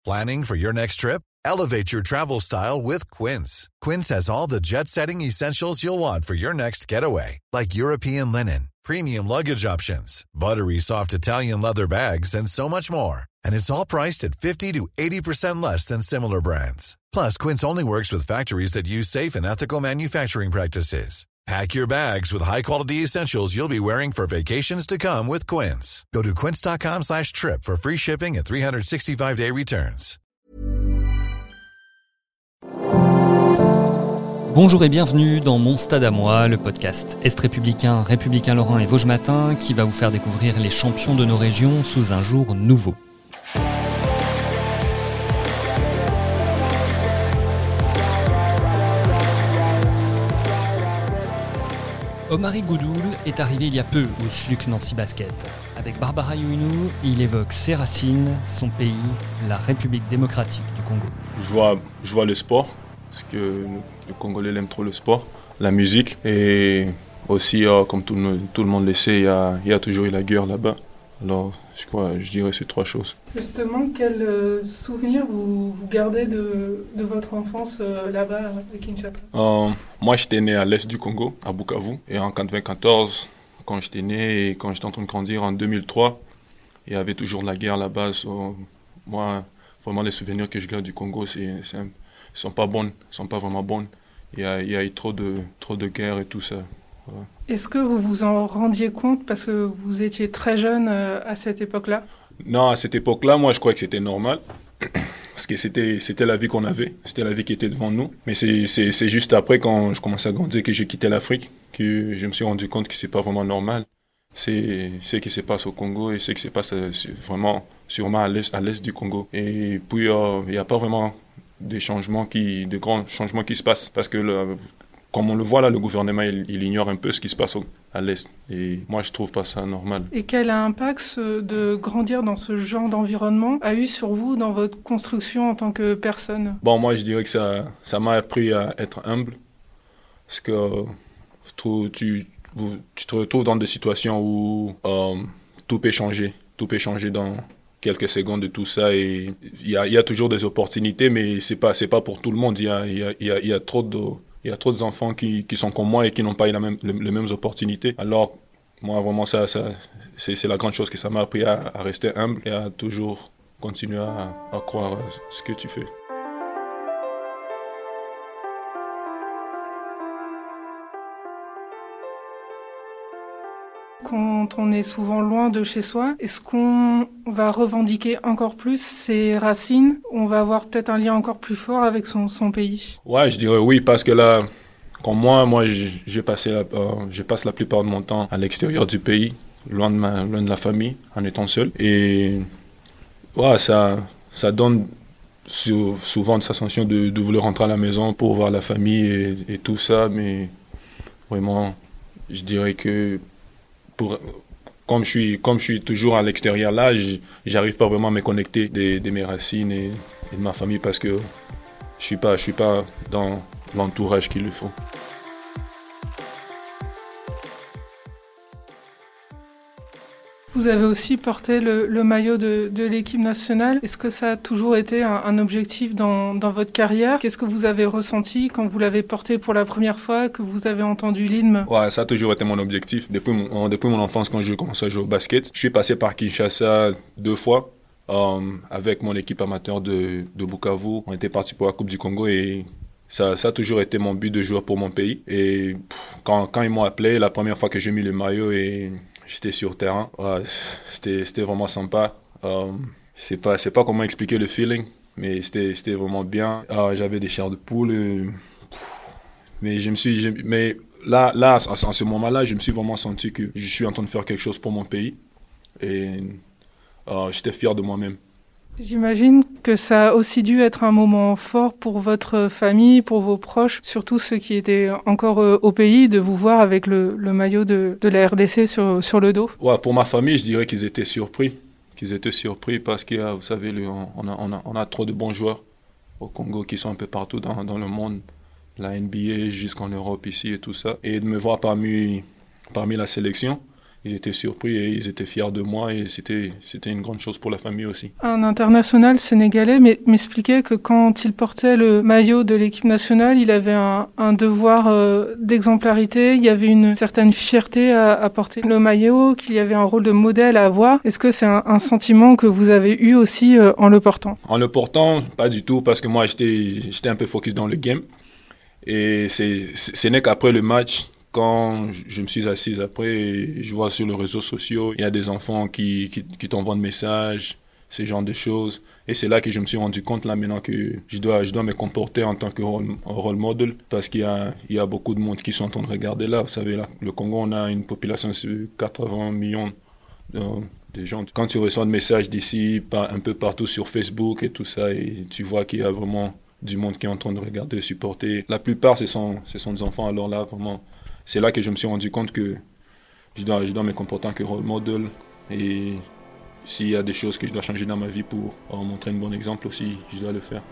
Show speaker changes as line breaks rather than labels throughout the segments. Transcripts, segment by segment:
Planning for your next trip? Elevate your travel style with Quince. Quince has all the jet-setting essentials you'll want for your next getaway, like European linen, premium luggage options, buttery soft Italian leather bags, and so much more. And it's all priced at 50 to 80% less than similar brands. Plus, Quince only works with factories that use safe and ethical manufacturing practices. Pack your bags with high-quality essentials you'll be wearing for vacations to come with Quince. Go to quince.com/trip for free shipping and 365-day returns.
Bonjour et bienvenue dans Mon Stade à moi, le podcast Est républicain, républicain Lorrain et Vosges Matin qui va vous faire découvrir les champions de nos régions sous un jour nouveau. Omari Goudoul est arrivé il y a peu au SLUC Nancy Basket. Avec Barbara Youinou, il évoque ses racines, son pays, la République démocratique du Congo.
Je vois le sport, parce que le Congolais aime trop le sport, la musique, et aussi, comme tout le monde le sait, il y a toujours eu la guerre là-bas. Alors, je dirais ces trois choses.
Justement, quel souvenir vous gardez de votre enfance là-bas à Kinshasa?
Moi, j'étais né à l'est du Congo, à Bukavu. Et en 1994, quand j'étais né et quand j'étais en train de grandir en 2003, il y avait toujours la guerre là-bas. Moi, vraiment, les souvenirs que je garde du Congo, ils sont pas bons, ils sont pas vraiment bons. Il y a eu trop de guerre et tout ça. Ouais.
Est-ce que vous vous en rendiez compte parce que vous étiez très jeune à cette époque-là?
Non, à cette époque-là, moi, je crois que c'était normal. Parce que c'était la vie qu'on avait, c'était la vie qui était devant nous. Mais c'est juste après, quand je commençais à grandir, que j'ai quitté l'Afrique, que je me suis rendu compte que c'est pas vraiment normal. C'est ce qui se passe au Congo et ce qui se passe vraiment sûrement à l'est du Congo. Et puis, il n'y a pas vraiment de grands changements qui se passent. Parce que comme on le voit là, le gouvernement, il ignore un peu ce qui se passe à l'Est. Et moi, je trouve pas ça normal.
Et quel impact de grandir dans ce genre d'environnement a eu sur vous dans votre construction en tant que personne?
Bon, moi, je dirais que ça m'a appris à être humble. Parce que tu te retrouves dans des situations où tout peut changer. Tout peut changer dans quelques secondes de tout ça. Et il y a toujours des opportunités, mais c'est pas pour tout le monde. Il y a trop d'enfants qui sont comme moi et qui n'ont pas eu les mêmes opportunités. Alors, moi, vraiment, c'est la grande chose que ça m'a appris à rester humble et à toujours continuer à croire à ce que tu fais.
Quand on est souvent loin de chez soi, est-ce qu'on va revendiquer encore plus ses racines? On va avoir peut-être un lien encore plus fort avec son pays? Ouais,
je dirais oui, parce que là, comme moi je passe la plupart de mon temps à l'extérieur du pays, loin de la famille, en étant seul. Et ouais, ça donne souvent une sensation de vouloir rentrer à la maison pour voir la famille et tout ça. Mais vraiment, je dirais que comme je suis toujours à l'extérieur là, j'arrive pas vraiment à me connecter de mes racines et de ma famille parce que je suis pas dans l'entourage qu'il le faut.
Vous avez aussi porté le maillot de l'équipe nationale. Est-ce que ça a toujours été un objectif dans votre carrière? Qu'est-ce que vous avez ressenti quand vous l'avez porté pour la première fois, que vous avez entendu l'hymne?
Ouais, ça a toujours été mon objectif. Depuis mon enfance, quand j'ai commencé à jouer au basket, je suis passé par Kinshasa 2 fois avec mon équipe amateur de Bukavu. On était parti pour la Coupe du Congo et ça a toujours été mon but de jouer pour mon pays. Et quand ils m'ont appelé, la première fois que j'ai mis le maillot et j'étais sur terrain, ouais, c'était vraiment sympa. Je sais pas comment expliquer le feeling, mais c'était vraiment bien. J'avais des chairs de poule. Mais là, en ce moment-là, je me suis vraiment senti que je suis en train de faire quelque chose pour mon pays. Et j'étais fier de moi-même.
J'imagine que ça a aussi dû être un moment fort pour votre famille, pour vos proches, surtout ceux qui étaient encore au pays, de vous voir avec le maillot de la RDC sur le dos.
Ouais, pour ma famille, je dirais qu'ils étaient surpris. Parce que, vous savez, on a trop de bons joueurs au Congo qui sont un peu partout dans le monde, la NBA jusqu'en Europe ici et tout ça. Et de me voir parmi la sélection, ils étaient surpris et ils étaient fiers de moi et c'était une grande chose pour la famille aussi.
Un international sénégalais m'expliquait que quand il portait le maillot de l'équipe nationale, il avait un devoir d'exemplarité, il y avait une certaine fierté à porter le maillot, qu'il y avait un rôle de modèle à avoir. Est-ce que c'est un sentiment que vous avez eu aussi en le portant?
En le portant, pas du tout, parce que moi j'étais un peu focus dans le game et ce n'est qu'après le match, quand je me suis assis après, je vois sur les réseaux sociaux, il y a des enfants qui t'envoient des messages, ce genre de choses. Et c'est là que je me suis rendu compte, là, maintenant, que je dois me comporter en tant que role model, parce qu'il y a beaucoup de monde qui sont en train de regarder là. Vous savez, là, le Congo, on a une population de 80 millions de gens. Quand tu reçois des messages d'ici, un peu partout sur Facebook et tout ça, et tu vois qu'il y a vraiment du monde qui est en train de regarder, supporter. La plupart, ce sont des enfants, alors là, vraiment... C'est là que je me suis rendu compte que je dois me comporter en tant que role model et s'il y a des choses que je dois changer dans ma vie pour montrer un bon exemple aussi, je dois le faire.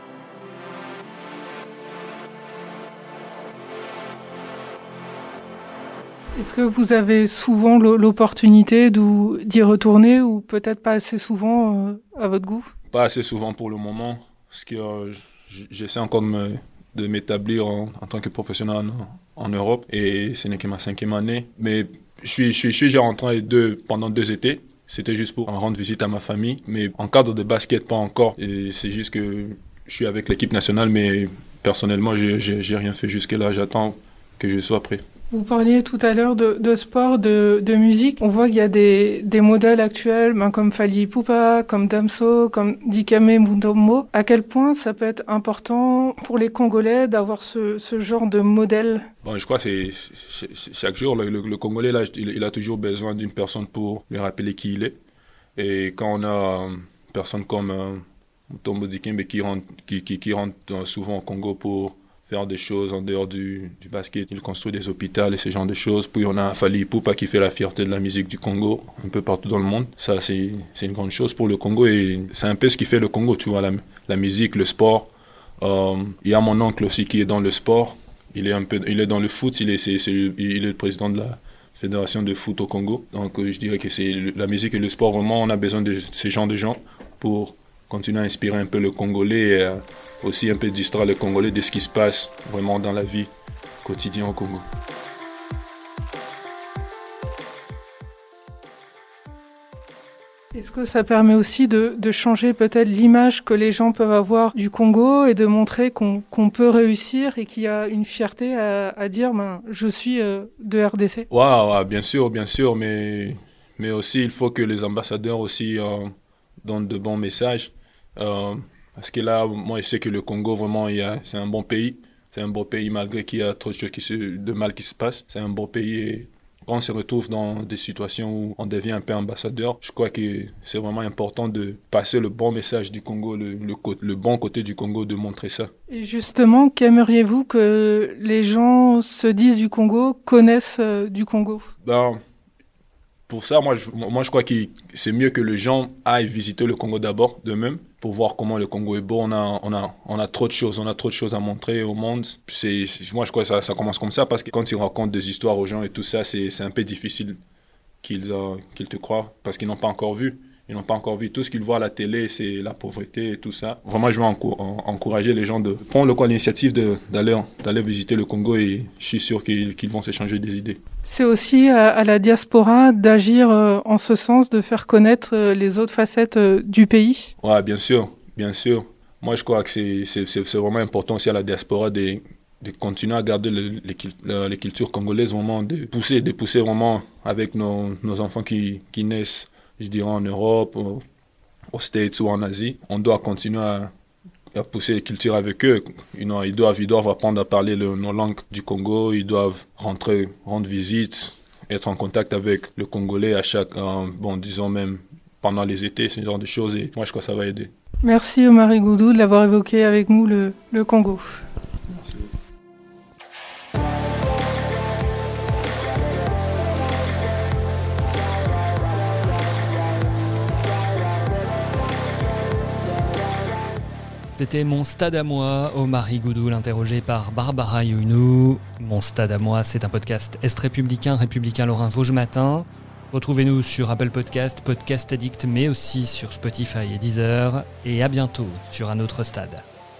Est-ce que vous avez souvent l'opportunité d'y retourner ou peut-être pas assez souvent à votre goût?
Pas assez souvent pour le moment, parce que j'essaie encore de m'établir en tant que professionnel en Europe et ce n'est que ma 5e année. Mais je suis déjà rentré pendant 2 étés. C'était juste pour rendre visite à ma famille. Mais en cadre de basket, pas encore. Et c'est juste que je suis avec l'équipe nationale, mais personnellement, j'ai rien fait jusque-là. J'attends que je sois prêt.
Vous parliez tout à l'heure de sport, de musique. On voit qu'il y a des modèles actuels, comme Fally Ipupa, comme Damso, comme Dikembe Mutombo. À quel point ça peut être important pour les Congolais d'avoir ce genre de modèle?
Bon, je crois que chaque jour, le Congolais, là, il a toujours besoin d'une personne pour lui rappeler qui il est. Et quand on a une personne comme Mutombo Dikembe qui rentre souvent au Congo pour faire des choses en dehors du basket. Il construit des hôpitaux et ce genre de choses. Puis on a Fally Ipupa qui fait la fierté de la musique du Congo, un peu partout dans le monde. Ça, c'est une grande chose pour le Congo et c'est un peu ce qui fait le Congo, tu vois, la musique, le sport. Il y a mon oncle aussi qui est dans le sport. Il est dans le foot, il est le président de la fédération de foot au Congo. Donc je dirais que c'est la musique et le sport, vraiment, on a besoin de ces genres de gens pour continuer à inspirer un peu le Congolais et aussi un peu distraire le Congolais de ce qui se passe vraiment dans la vie quotidienne au Congo.
Est-ce que ça permet aussi de changer peut-être l'image que les gens peuvent avoir du Congo et de montrer qu'on peut réussir et qu'il y a une fierté à dire je suis de RDC?
Ouais, bien sûr, mais aussi il faut que les ambassadeurs aussi donnent de bons messages. Parce que là, moi, je sais que le Congo, vraiment, c'est un bon pays. C'est un beau pays, malgré qu'il y a trop de choses de mal qui se passent. C'est un beau pays. Et quand on se retrouve dans des situations où on devient un peu ambassadeur, je crois que c'est vraiment important de passer le bon message du Congo, le bon côté du Congo, de montrer ça.
Et justement, qu'aimeriez-vous que les gens se disent du Congo, connaissent du Congo?
Pour ça, moi, je crois que c'est mieux que les gens aillent visiter le Congo d'abord, d'eux-mêmes, pour voir comment le Congo est beau. On a trop de choses, à montrer au monde. Moi, je crois que ça commence comme ça, parce que quand tu racontes des histoires aux gens et tout ça, c'est un peu difficile qu'ils te croient, parce qu'ils n'ont pas encore vu. Ils n'ont pas encore vu. Tout ce qu'ils voient à la télé, c'est la pauvreté et tout ça. Vraiment, je veux encourager les gens de prendre l'initiative d'aller visiter le Congo et je suis sûr qu'ils vont s'échanger des idées.
C'est aussi à la diaspora d'agir en ce sens, de faire connaître les autres facettes du pays.
Ouais, bien sûr. Moi, je crois que c'est vraiment important aussi à la diaspora de continuer à garder les cultures congolaises, vraiment, de pousser vraiment avec nos enfants qui naissent, je dirais, en Europe, aux States ou en Asie. On doit continuer à pousser les cultures avec eux. Ils doivent apprendre à parler nos langues du Congo. Ils doivent rendre visite, être en contact avec le Congolais à disons même pendant les étés, ce genre de choses. Et moi, je crois que ça va aider.
Merci Omari Goudou de l'avoir évoqué avec nous le Congo.
Merci.
C'était Mon Stade à moi, Omari Goudou, interrogé par Barbara Younou. Mon Stade à moi, c'est un podcast est républicain Lorrain Vosges Matin. Retrouvez-nous sur Apple Podcast, Podcast Addict, mais aussi sur Spotify et Deezer. Et à bientôt sur un autre stade.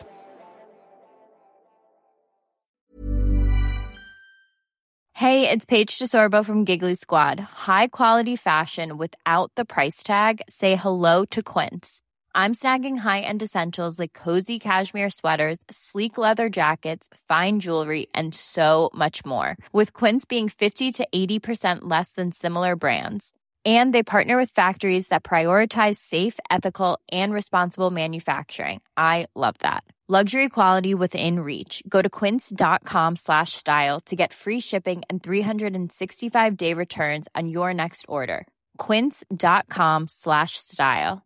Hey, it's Paige DeSorbo from Giggly Squad. High quality fashion without the price tag. Say hello to Quince. I'm snagging high-end essentials like cozy cashmere sweaters, sleek leather jackets, fine jewelry, and so much more. With Quince being 50 to 80% less than similar brands. And they partner with factories that prioritize safe, ethical, and responsible manufacturing. I love that. Luxury quality within reach. Go to quince.com/style to get free shipping and 365-day returns on your next order. Quince.com/style.